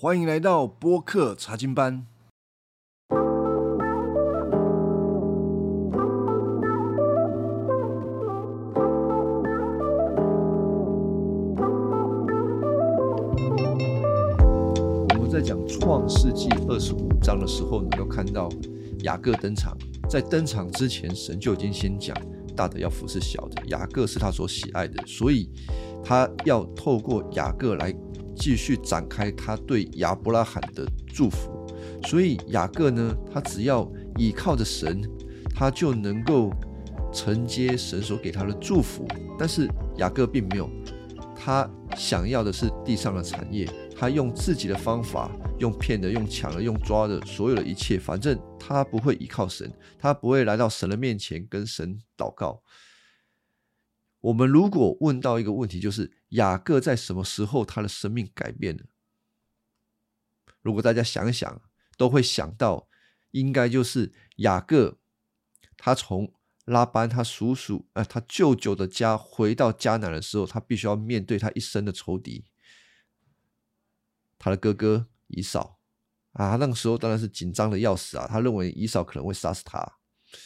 欢迎来到播客查经班。我们在讲创世纪25章的时候，能够看到雅各登场。在登场之前，神就已经先讲，大的要服侍小的，雅各是他所喜爱的，所以他要透过雅各来继续展开他对亚伯拉罕的祝福。所以雅各呢，他只要倚靠着神，他就能够承接神所给他的祝福。但是雅各并没有，他想要的是地上的产业，他用自己的方法，用骗的，用抢的，用抓的，所有的一切，反正他不会依靠神，他不会来到神的面前跟神祷告。我们如果问到一个问题，就是雅各在什么时候他的生命改变了？如果大家想一想，都会想到应该就是雅各他从拉班他叔叔他舅舅的家回到迦南的时候，他必须要面对他一生的仇敌，他的哥哥以扫他那个时候当然是紧张的要死他认为以扫可能会杀死他。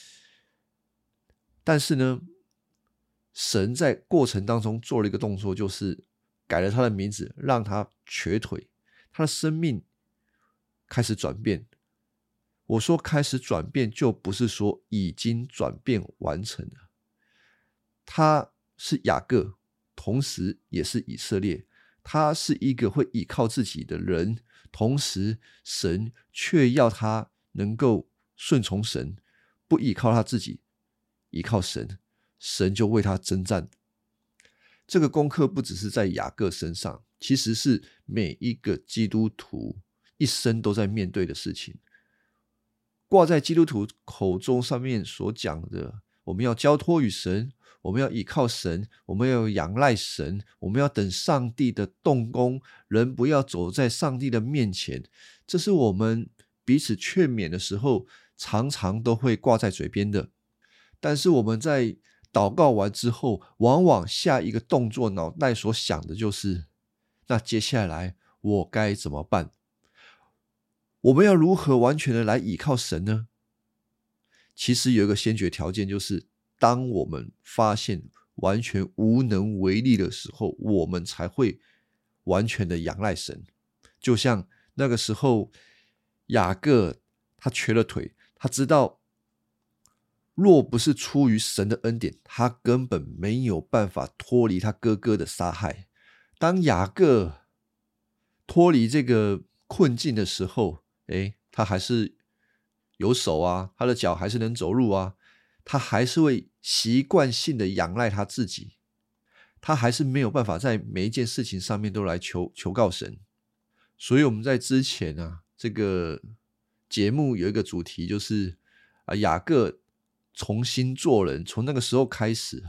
但是呢，神在过程当中做了一个动作，就是改了他的名字，让他瘸腿，他的生命开始转变。我说开始转变，就不是说已经转变完成了。他是雅各，同时也是以色列，他是一个会依靠自己的人，同时神却要他能够顺从神，不依靠他自己，依靠神，神就为他征战。这个功课不只是在雅各身上，其实是每一个基督徒一生都在面对的事情。挂在基督徒口中上面所讲的，我们要交托于神，我们要依靠神，我们要仰赖神，我们要等上帝的动工，人不要走在上帝的面前，这是我们彼此劝勉的时候常常都会挂在嘴边的。但是我们在祷告完之后，往往下一个动作脑袋所想的就是，那接下来我该怎么办？我们要如何完全的来倚靠神呢？其实有一个先决条件，就是当我们发现完全无能为力的时候，我们才会完全的仰赖神。就像那个时候雅各他瘸了腿，他知道若不是出于神的恩典，他根本没有办法脱离他哥哥的杀害。当雅各脱离这个困境的时候，他还是有手他的脚还是能走路他还是会习惯性的仰赖他自己，他还是没有办法在每一件事情上面都来求告神。所以我们在之前这个节目有一个主题，就是雅各重新做人。从那个时候开始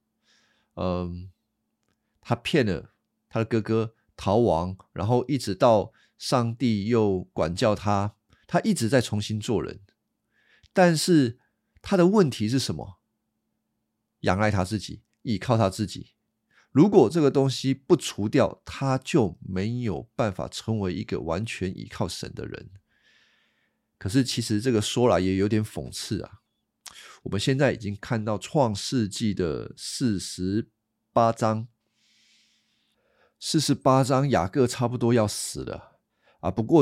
他骗了他的哥哥逃亡，然后一直到上帝又管教他一直在重新做人。但是他的问题是什么？仰赖他自己，依靠他自己。如果这个东西不除掉，他就没有办法成为一个完全依靠神的人。可是其实这个说来也有点讽刺我们现在已经看到创世纪的48章，48章雅各差不多要死了不过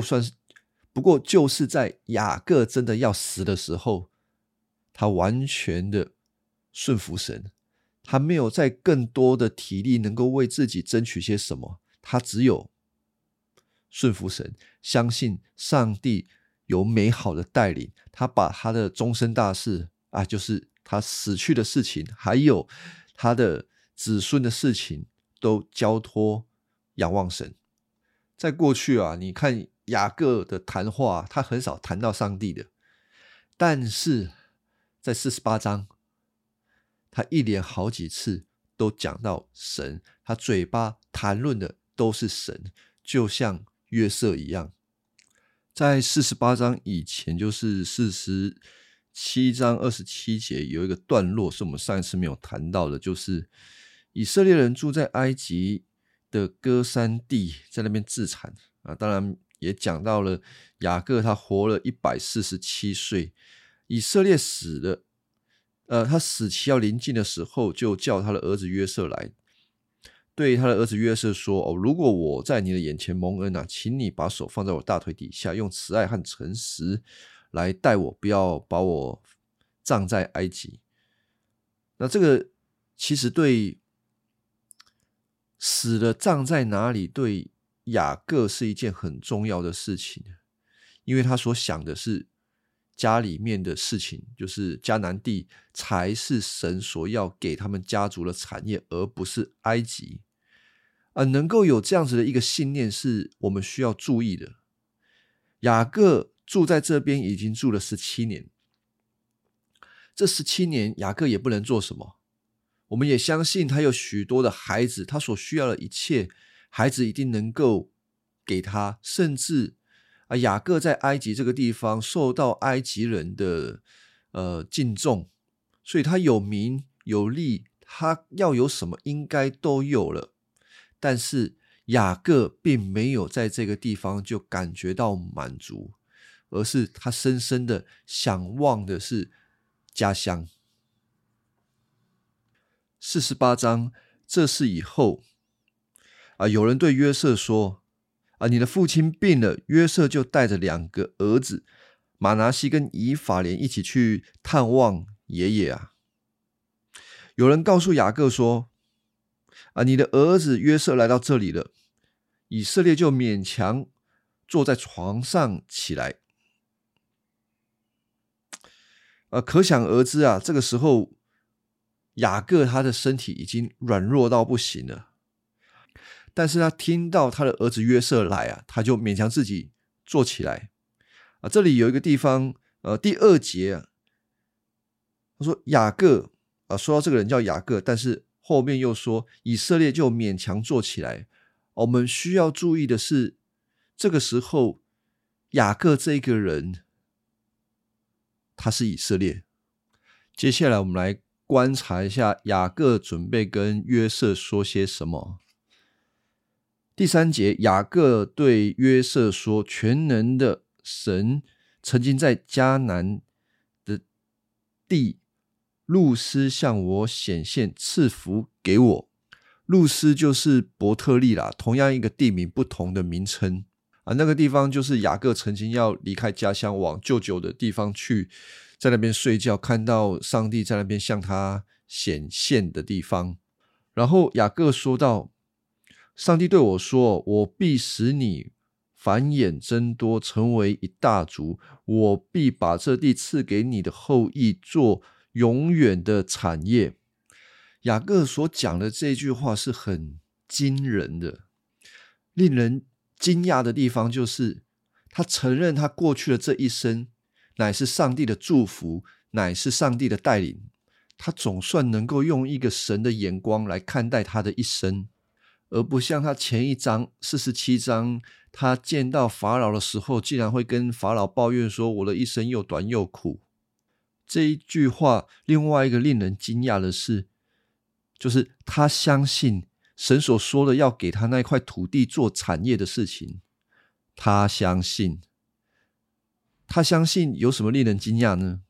就是在雅各真的要死的时候，他完全的顺服神，他没有再更多的体力能够为自己争取些什么，他只有顺服神，相信上帝有美好的带领，他把他的终身大事就是他死去的事情，还有他的子孙的事情都交托仰望神。在过去你看雅各的谈话，他很少谈到上帝的，但是在48章他一连好几次都讲到神，他嘴巴谈论的都是神，就像约瑟一样。在48章以前，就是47章27节有一个段落是我们上一次没有谈到的，就是以色列人住在埃及的歌珊地，在那边自产当然也讲到了雅各他活了147岁，以色列死了，他死期要临近的时候，就叫他的儿子约瑟来，对他的儿子约瑟说：如果我在你的眼前蒙恩请你把手放在我大腿底下，用慈爱和诚实来待我，不要把我葬在埃及。那这个其实对死了葬在哪里，对雅各是一件很重要的事情，因为他所想的是家里面的事情，就是迦南地才是神所要给他们家族的产业，而不是埃及。能够有这样子的一个信念是我们需要注意的。雅各住在这边已经住了17年，这17年雅各也不能做什么，我们也相信他有许多的孩子，他所需要的一切孩子一定能够给他，甚至雅各在埃及这个地方受到埃及人的敬重，所以他有名有利，他要有什么应该都有了。但是雅各并没有在这个地方就感觉到满足，而是他深深的想望的是家乡。48章，这事以后有人对约瑟说你的父亲病了。约瑟就带着2个儿子马拿西跟以法莲一起去探望爷爷有人告诉雅各说你的儿子约瑟来到这里了。以色列就勉强坐在床上起来。可想而知这个时候雅各他的身体已经软弱到不行了，但是他听到他的儿子约瑟来他就勉强自己坐起来。这里有一个地方第2节他说雅各说到这个人叫雅各，但是后面又说以色列就勉强坐起来。我们需要注意的是，这个时候雅各这个人他是以色列。接下来我们来观察一下雅各准备跟约瑟说些什么。第3节，雅各对约瑟说：全能的神曾经在迦南的地路斯向我显现，赐福给我。路斯就是伯特利啦，同样一个地名，不同的名称那个地方就是雅各曾经要离开家乡往舅舅的地方去，在那边睡觉，看到上帝在那边向他显现的地方。然后雅各说道：上帝对我说，我必使你繁衍增多，成为一大族，我必把这地赐给你的后裔做永远的产业。雅各所讲的这句话是很惊人的，令人惊讶的地方就是他承认他过去的这一生乃是上帝的祝福，乃是上帝的带领，他总算能够用一个神的眼光来看待他的一生，而不像他前一章47章他见到法老的时候竟然会跟法老抱怨说我的一生又短又苦。这一句话另外一个令人惊讶的是，就是他相信神所说的要给他那块土地做产业的事情。他相信有什么令人惊讶呢？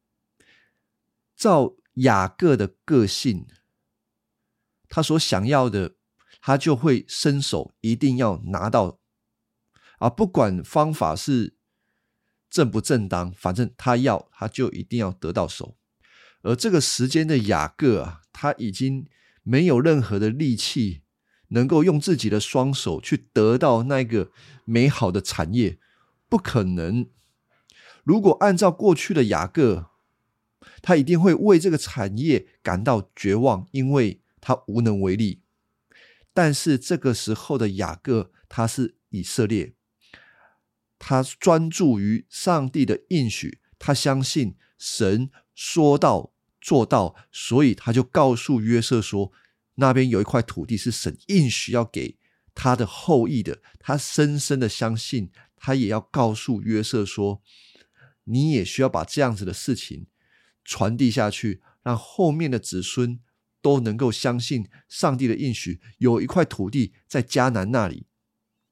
照雅各的个性，他所想要的他就会伸手一定要拿到不管方法是正不正当，反正他就一定要得到手。而这个时间的雅各他已经没有任何的力气能够用自己的双手去得到那个美好的产业，不可能。如果按照过去的雅各，他一定会为这个产业感到绝望，因为他无能为力。但是这个时候的雅各，他是以色列，他专注于上帝的应许，他相信神说到做到，所以他就告诉约瑟说，那边有一块土地是神应许要给他的后裔的。他深深的相信，他也要告诉约瑟说，你也需要把这样子的事情传递下去，让后面的子孙都能够相信上帝的应许，有一块土地在迦南那里。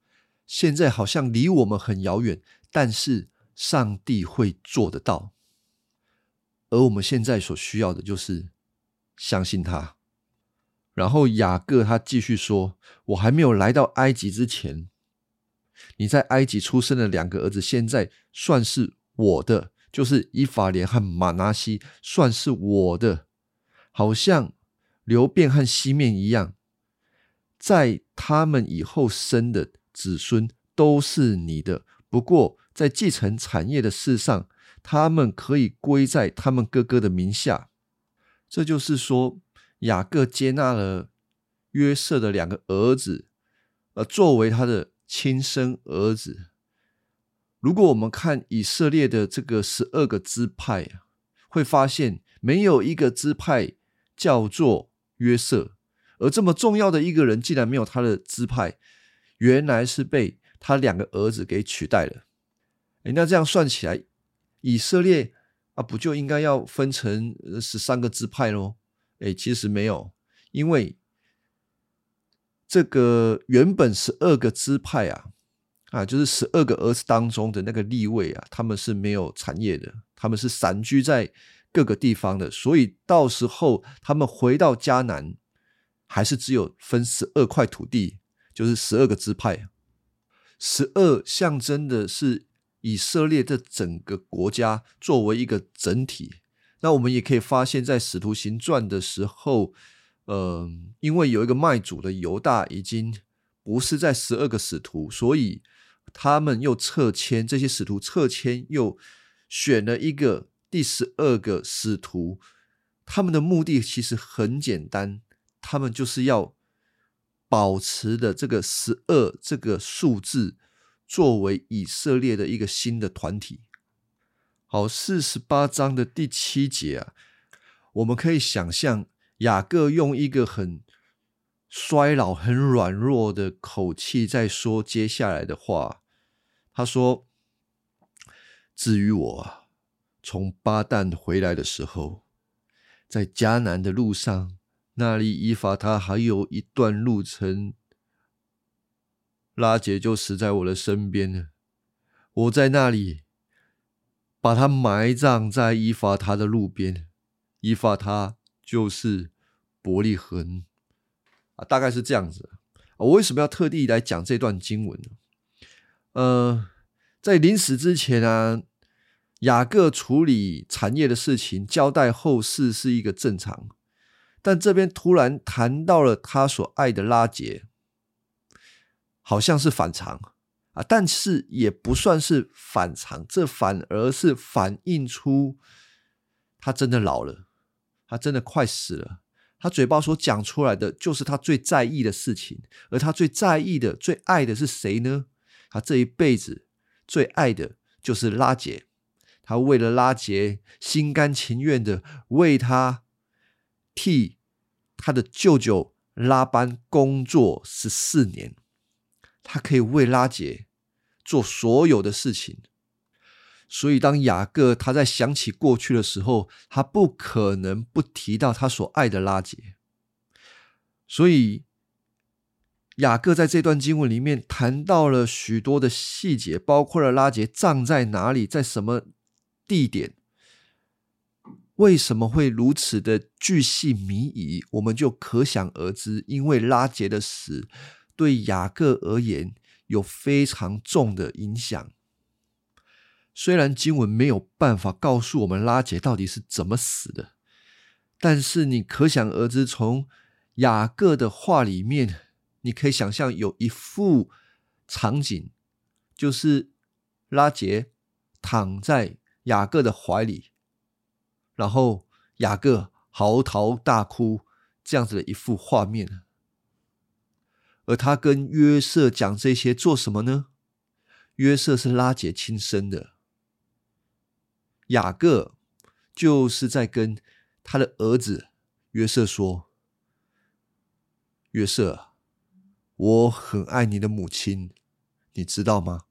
现在好像离我们很遥远，但是上帝会做得到。而我们现在所需要的就是相信他。然后雅各他继续说，我还没有来到埃及之前，你在埃及出生的2个儿子现在算是我的，就是以法莲和玛拿西算是我的，好像流便和西面一样，在他们以后生的子孙都是你的，不过在继承产业的事上，他们可以归在他们哥哥的名下。这就是说，雅各接纳了约瑟的2个儿子，作为他的亲生儿子。如果我们看以色列的这个12个支派，会发现没有一个支派叫做约瑟，而这么重要的一个人竟然没有他的支派，原来是被他2个儿子给取代了。那这样算起来，以色列不就应该要分成13个支派咯？其实没有，因为这个原本12个支派就是12个儿子当中的那个利未他们是没有产业的，他们是散居在各个地方的，所以到时候他们回到迦南，还是只有分12块土地，就是12个支派。12象征的是以色列这整个国家作为一个整体。那我们也可以发现，在使徒行传的时候，因为有一个卖主的犹大已经不是在12个使徒，所以他们又撤迁，这些使徒撤迁，又选了一个第12个使徒。他们的目的其实很简单，他们就是要保持的这个12这个数字，作为以色列的一个新的团体。好，48章的第7节我们可以想象雅各用一个很衰老、很软弱的口气在说接下来的话。他说，至于我从巴旦回来的时候，在迦南的路上，那离以法他还有一段路程，拉结就死在我的身边了。我在那里把他埋葬在以法他的路边，以法他就是伯利恒大概是这样子我为什么要特地来讲这段经文呢？在临死之前雅各处理产业的事情，交代后事是一个正常，但这边突然谈到了他所爱的拉结，好像是反常但是也不算是反常，这反而是反映出他真的老了，他真的快死了。他嘴巴所讲出来的就是他最在意的事情，而他最在意的、最爱的是谁呢？他这一辈子最爱的就是拉结，他为了拉结心甘情愿的为他替他的舅舅拉班工作14年，他可以为拉结做所有的事情。所以当雅各他在想起过去的时候，他不可能不提到他所爱的拉结。所以雅各在这段经文里面谈到了许多的细节，包括了拉结葬在哪里，在什么地点，为什么会如此的巨细靡遗，我们就可想而知。因为拉结的死对雅各而言有非常重的影响。虽然经文没有办法告诉我们拉结到底是怎么死的，但是你可想而知，从雅各的话里面，你可以想象有一幅场景，就是拉结躺在雅各的怀里，然后雅各嚎啕大哭，这样子的一幅画面。而他跟约瑟讲这些做什么呢？约瑟是拉结亲生的，雅各就是在跟他的儿子约瑟说，约瑟，我很爱你的母亲，你知道吗？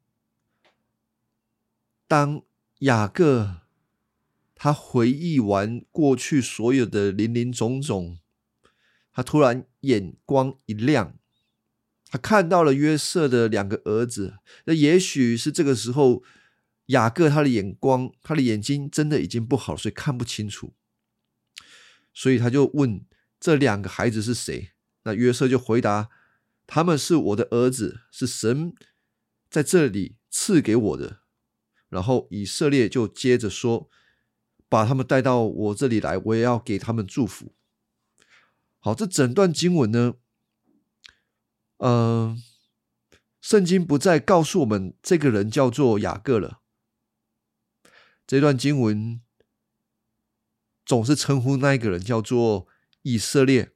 当雅各他回忆完过去所有的林林总总，他突然眼光一亮， 他看到了约瑟的2个儿子，那也许是这个时候雅各他的眼睛真的已经不好，所以看不清楚，所以他就问这2个孩子是谁。那约瑟就回答，他们是我的儿子，是神在这里赐给我的。然后以色列就接着说，把他们带到我这里来，我也要给他们祝福。好，这整段经文呢，圣经不再告诉我们这个人叫做雅各了，这段经文总是称呼那一个人叫做以色列。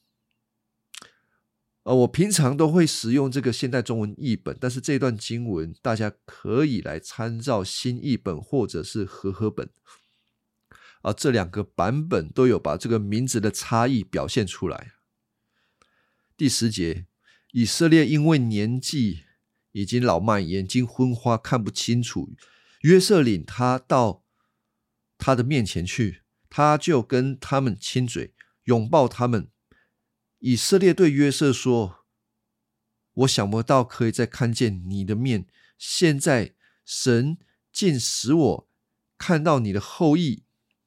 我平常都会使用这个现代中文译本，但是这段经文大家可以来参照新译本或者是和合本。这2个版本都有把这个名字的差异表现出来。第10节，以色列因为年纪已经老迈，眼睛昏花，看不清楚，约瑟领他到他的面前去，他就跟他们亲嘴，拥抱他们。以色列对约瑟说，我想不到可以再看见你的面，现在神竟使我看到你的后裔。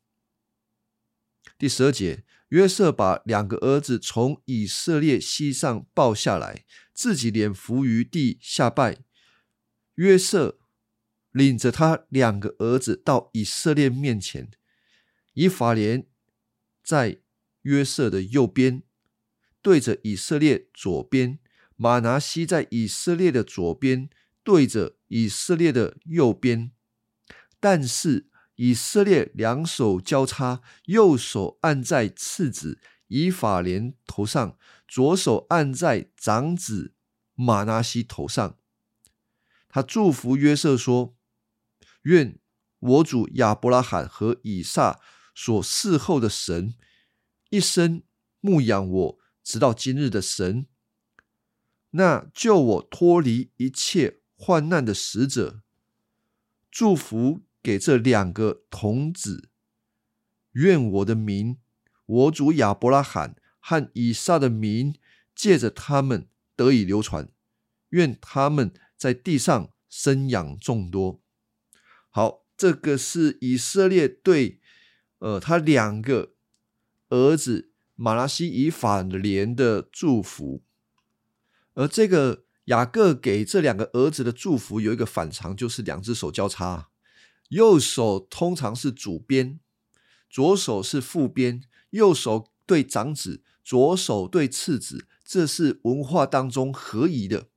第12节，约瑟把2个儿子从以色列膝上抱下来，自己脸伏于地下拜。约瑟领着他2个儿子到以色列面前，以法莲在约瑟的右边，对着以色列左边；马拿西在以色列的左边，对着以色列的右边。但是以色列2手交叉，右手按在次子以法莲头上，左手按在长子马拿西头上。他祝福约瑟说，愿我主亚伯拉罕和以撒所侍候的神，一生牧养我直到今日的神，那救我脱离一切患难的使者，祝福给这2个童子，愿我的名，我主亚伯拉罕和以撒的名，借着他们得以流传，愿他们在地上生养众多。好，这个是以色列对他2个儿子马拿西以法莲的祝福。而这个雅各给这2个儿子的祝福有一个反常，就是2只手交叉，右手通常是主边，左手是副边，右手对长子，左手对次子，这是文化当中合宜的。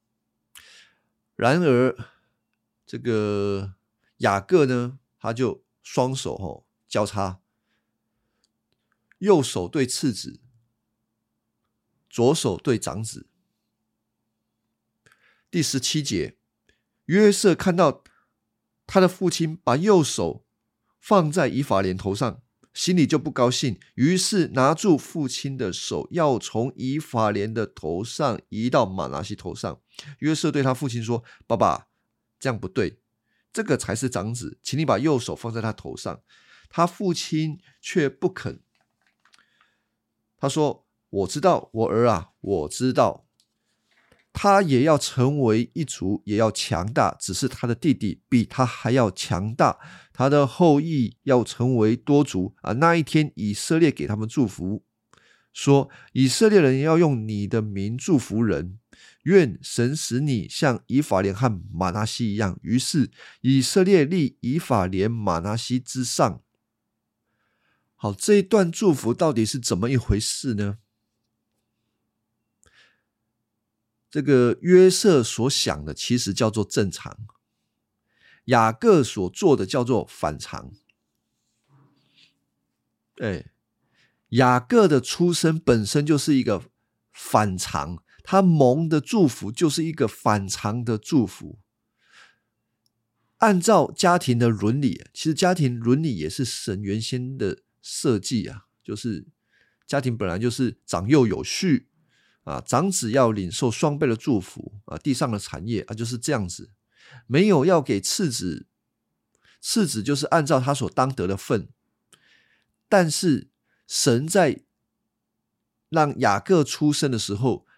然而这个雅各呢，他就双手交叉，右手对次子，左手对长子。第17节，约瑟看到他的父亲把右手放在以法莲头上，心里就不高兴，于是拿住父亲的手，要从以法莲的头上移到马拿西头上。约瑟对他父亲说，爸爸，这样不对，这个才是长子，请你把右手放在他头上。他父亲却不肯，他说，我知道，我儿啊，我知道，他也要成为一族，也要强大，只是他的弟弟比他还要强大，他的后裔要成为多族那一天以色列给他们祝福，说以色列人要用你的名祝福人，愿神使你像以法莲和马拿西一样。于是以色列立以法莲、马拿西之上。好，这一段祝福到底是怎么一回事呢？这个约瑟所想的其实叫做正常，雅各所做的叫做反常。雅各的出生本身就是一个反常，他蒙的祝福就是一个反常的祝福。按照家庭的伦理，其实家庭伦理也是神原先的设计就是家庭本来就是长幼有序长子要领受双倍的祝福地上的产业就是这样子，没有要给次子，次子就是按照他所当得的份。但是神在让雅各出生的时候，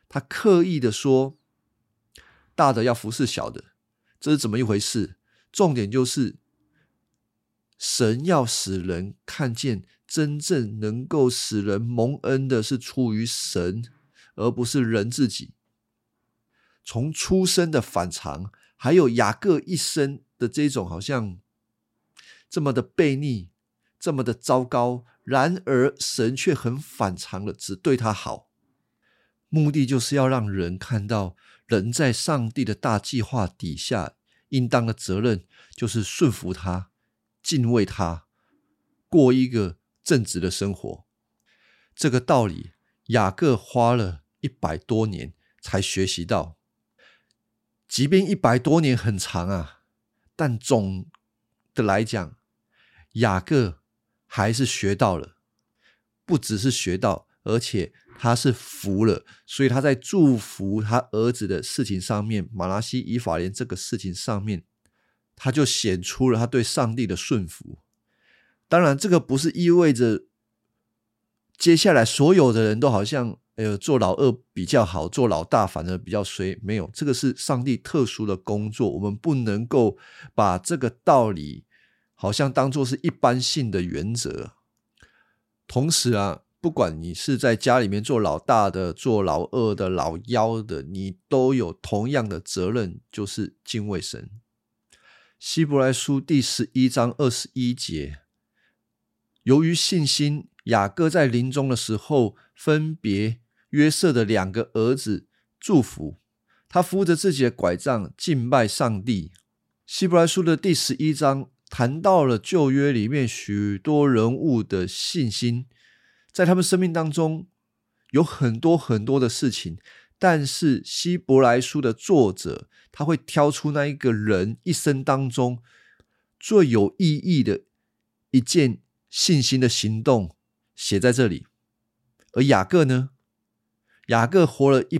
他刻意的说大的要服侍小的，这是怎么一回事？重点就是神要使人看见真正能够使人蒙恩的是出于神，而不是人自己。从出生的反常，还有雅各一生的这种好像这么的悖逆，这么的糟糕，然而神却很反常的只对他好，目的就是要让人看到人在上帝的大计划底下应当的责任就是顺服他，敬畏他，过一个正直的生活。这个道理雅各花了100多年才学习到，即便100多年很长啊，但总的来讲雅各还是学到了，不只是学到，而且他是服了，所以他在祝福他儿子的事情上面，马拿西、以法莲这个事情上面，他就显出了他对上帝的顺服。当然这个不是意味着接下来所有的人都好像做老二比较好，做老大反而比较衰，没有，这个是上帝特殊的工作，我们不能够把这个道理好像当作是一般性的原则。同时啊，不管你是在家里面做老大的，做老二的，老幺的，你都有同样的责任，就是敬畏神。希伯来书第11章21节，由于信心，雅各在临终的时候分别约瑟的2个儿子祝福，他扶着自己的拐杖敬拜上帝。希伯来书的第11章谈到了旧约里面许多人物的信心，在他们生命当中有很多很多的事情，但是希伯来书的作者他会挑出那一个人一生当中最有意义的一件信心的行动写在这里。而雅各呢？雅各活了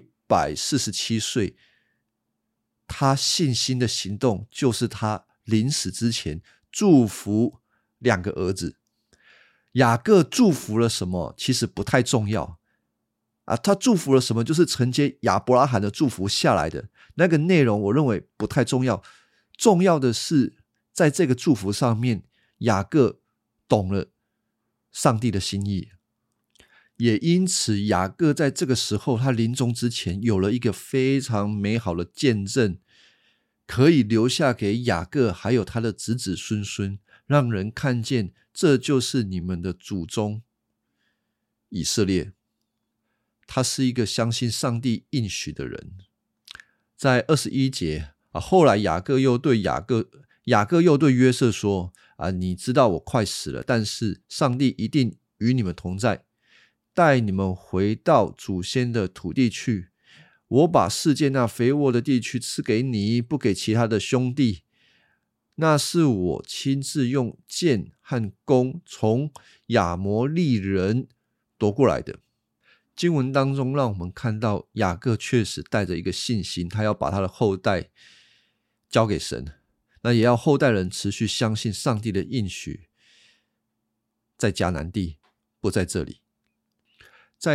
147岁，他信心的行动就是他临死之前祝福2个儿子。雅各祝福了什么其实不太重要啊，他祝福了什么就是承接亚伯拉罕的祝福下来的那个内容，我认为不太重要。重要的是在这个祝福上面，雅各懂了上帝的心意，也因此雅各在这个时候他临终之前有了一个非常美好的见证，可以留下给雅各还有他的子子孙孙，让人看见这就是你们的祖宗以色列。他是一个相信上帝应许的人。在21节后来雅各又对约瑟说你知道我快死了，但是上帝一定与你们同在，带你们回到祖先的土地去。我把世界那肥沃的地区赐给你，不给其他的兄弟，那是我亲自用剑和弓从亚摩利人夺过来的。经文当中让我们看到雅各确实带着一个信心，他要把他的后代交给神，那也要后代人持续相信上帝的应许在迦南地，不在这里。在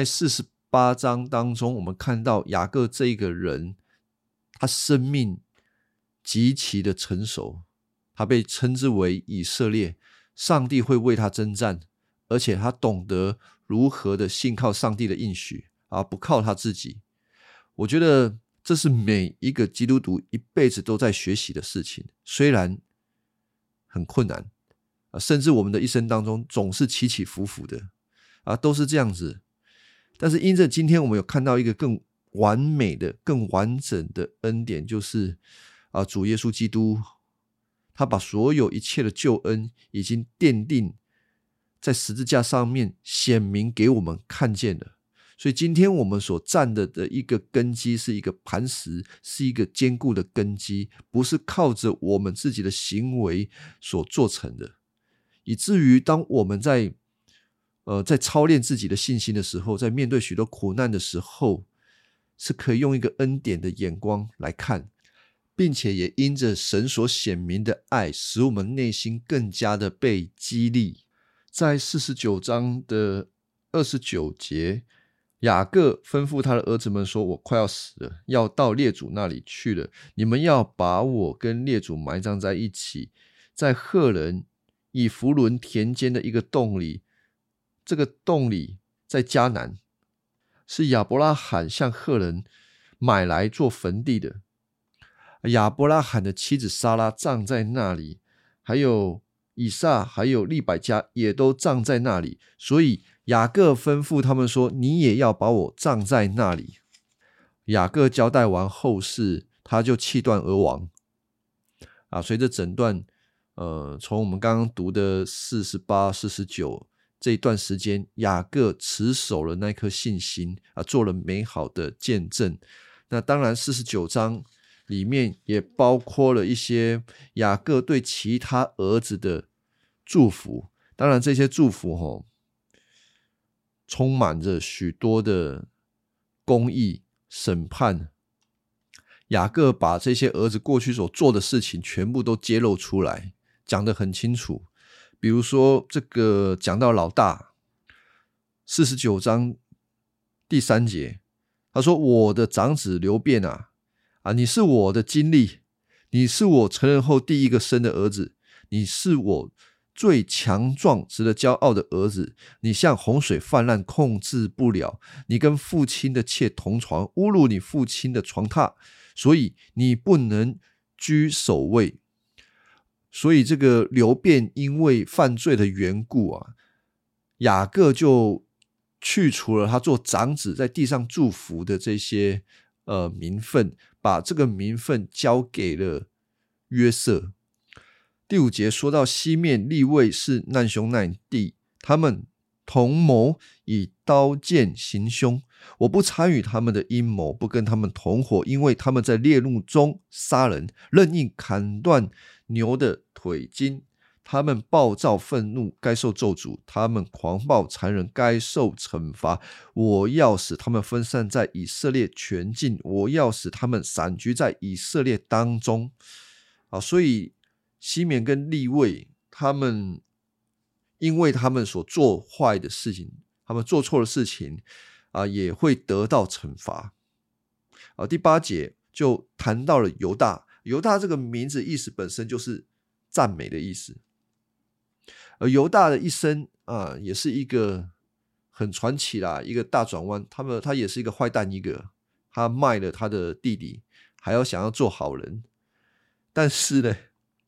48章当中，我们看到雅各这一个人，他生命极其的成熟，他被称之为以色列，上帝会为他征战，而且他懂得如何的信靠上帝的应许，而不靠他自己。我觉得这是每一个基督徒一辈子都在学习的事情，虽然很困难甚至我们的一生当中总是起起伏伏的都是这样子。但是因着今天我们有看到一个更完美的更完整的恩典，就是主耶稣基督他把所有一切的救恩已经奠定在十字架上面，显明给我们看见了。所以今天我们所站的一个根基是一个磐石，是一个坚固的根基，不是靠着我们自己的行为所做成的，以至于当我们在操练自己的信心的时候，在面对许多苦难的时候，是可以用一个恩典的眼光来看，并且也因着神所显明的爱，使我们内心更加的被激励。在49章的29节， 雅各吩咐他的儿子们说，我快要死了，要到列祖那里去了，你们要把我跟列祖埋葬在一起，在赫人以弗伦田间的一个洞里，这个洞里在迦南，是亚伯拉罕向赫人买来做坟地的。亚伯拉罕的妻子撒拉葬在那里，还有以撒还有利百加也都葬在那里，所以雅各吩咐他们说，你也要把我葬在那里。雅各交代完后事，他就气断而亡。随着整段从我们刚刚读的48、49这一段时间，雅各持守了那颗信心做了美好的见证。那当然49章里面也包括了一些雅各对其他儿子的祝福，当然这些祝福充满着许多的公义审判。雅各把这些儿子过去所做的事情全部都揭露出来，讲得很清楚。比如说这个讲到老大49章第3节，他说，我的长子流便你是我的精力，你是我成人后第一个生的儿子，你是我最强壮值得骄傲的儿子，你像洪水泛滥，控制不了，你跟父亲的妾同床，侮辱你父亲的床榻，所以你不能居首位。所以这个流便因为犯罪的缘故雅各就去除了他做长子在地上祝福的这些名分，把这个名分交给了约瑟。第5节说到西面利未是难兄难弟，他们同谋以刀剑行凶，我不参与他们的阴谋，不跟他们同伙，因为他们在猎怒中杀人，任意砍断牛的腿筋，他们暴躁愤怒，该受咒诅，他们狂暴残忍，该受惩罚。我要使他们分散在以色列全境，我要使他们散居在以色列当中。所以西缅跟利未他们因为他们所做坏的事情，他们做错的事情也会得到惩罚。第8节就谈到了犹大，犹大这个名字意思本身就是赞美的意思。而犹大的一生也是一个很传奇啦，一个大转弯。他也是一个坏蛋一个，他卖了他的弟弟，还要想要做好人。但是呢，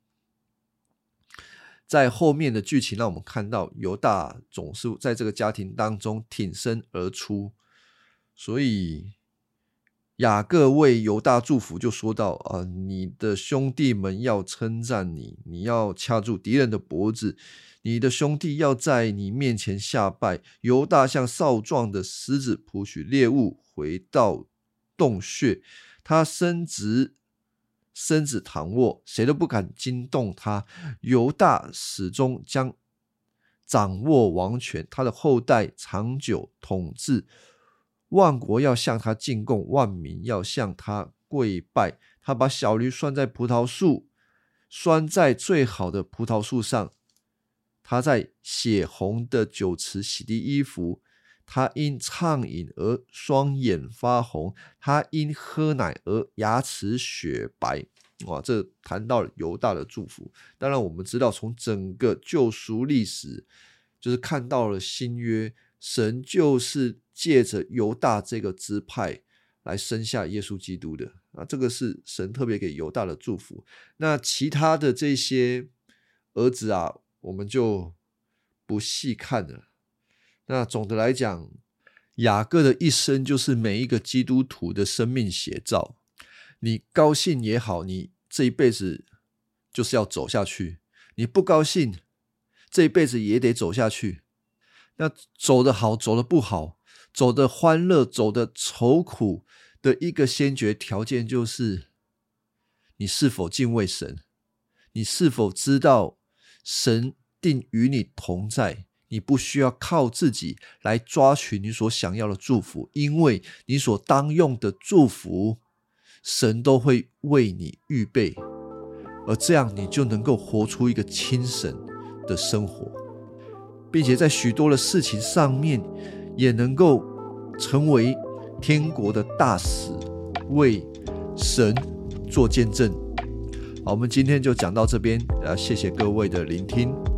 在后面的剧情让我们看到犹大总是在这个家庭当中挺身而出。所以雅各为犹大祝福，就说到你的兄弟们要称赞你，你要掐住敌人的脖子，你的兄弟要在你面前下拜。犹大像少壮的狮子，扑取猎物，回到洞穴，他身子躺卧，谁都不敢惊动他。犹大始终将掌握王权，他的后代长久统治，万国要向他进贡，万民要向他跪拜。他把小驴拴在葡萄树，拴在最好的葡萄树上。他在血红的酒池洗涤衣服，他因畅饮而双眼发红，他因喝奶而牙齿雪白。这谈到了犹大的祝福。当然我们知道从整个救赎历史就是看到了新约，神就是借着犹大这个支派来生下耶稣基督的这个是神特别给犹大的祝福。那其他的这些儿子我们就不细看了。那总的来讲，雅各的一生就是每一个基督徒的生命写照。你高兴也好，你这一辈子就是要走下去，你不高兴这一辈子也得走下去。那走得好走得不好，走得欢乐走得愁苦的一个先决条件就是你是否敬畏神，你是否知道神定与你同在，你不需要靠自己来抓取你所想要的祝福，因为你所当用的祝福神都会为你预备，而这样你就能够活出一个亲神的生活，并且在许多的事情上面也能够成为天国的大使，为神做见证。好，我们今天就讲到这边，谢谢各位的聆听。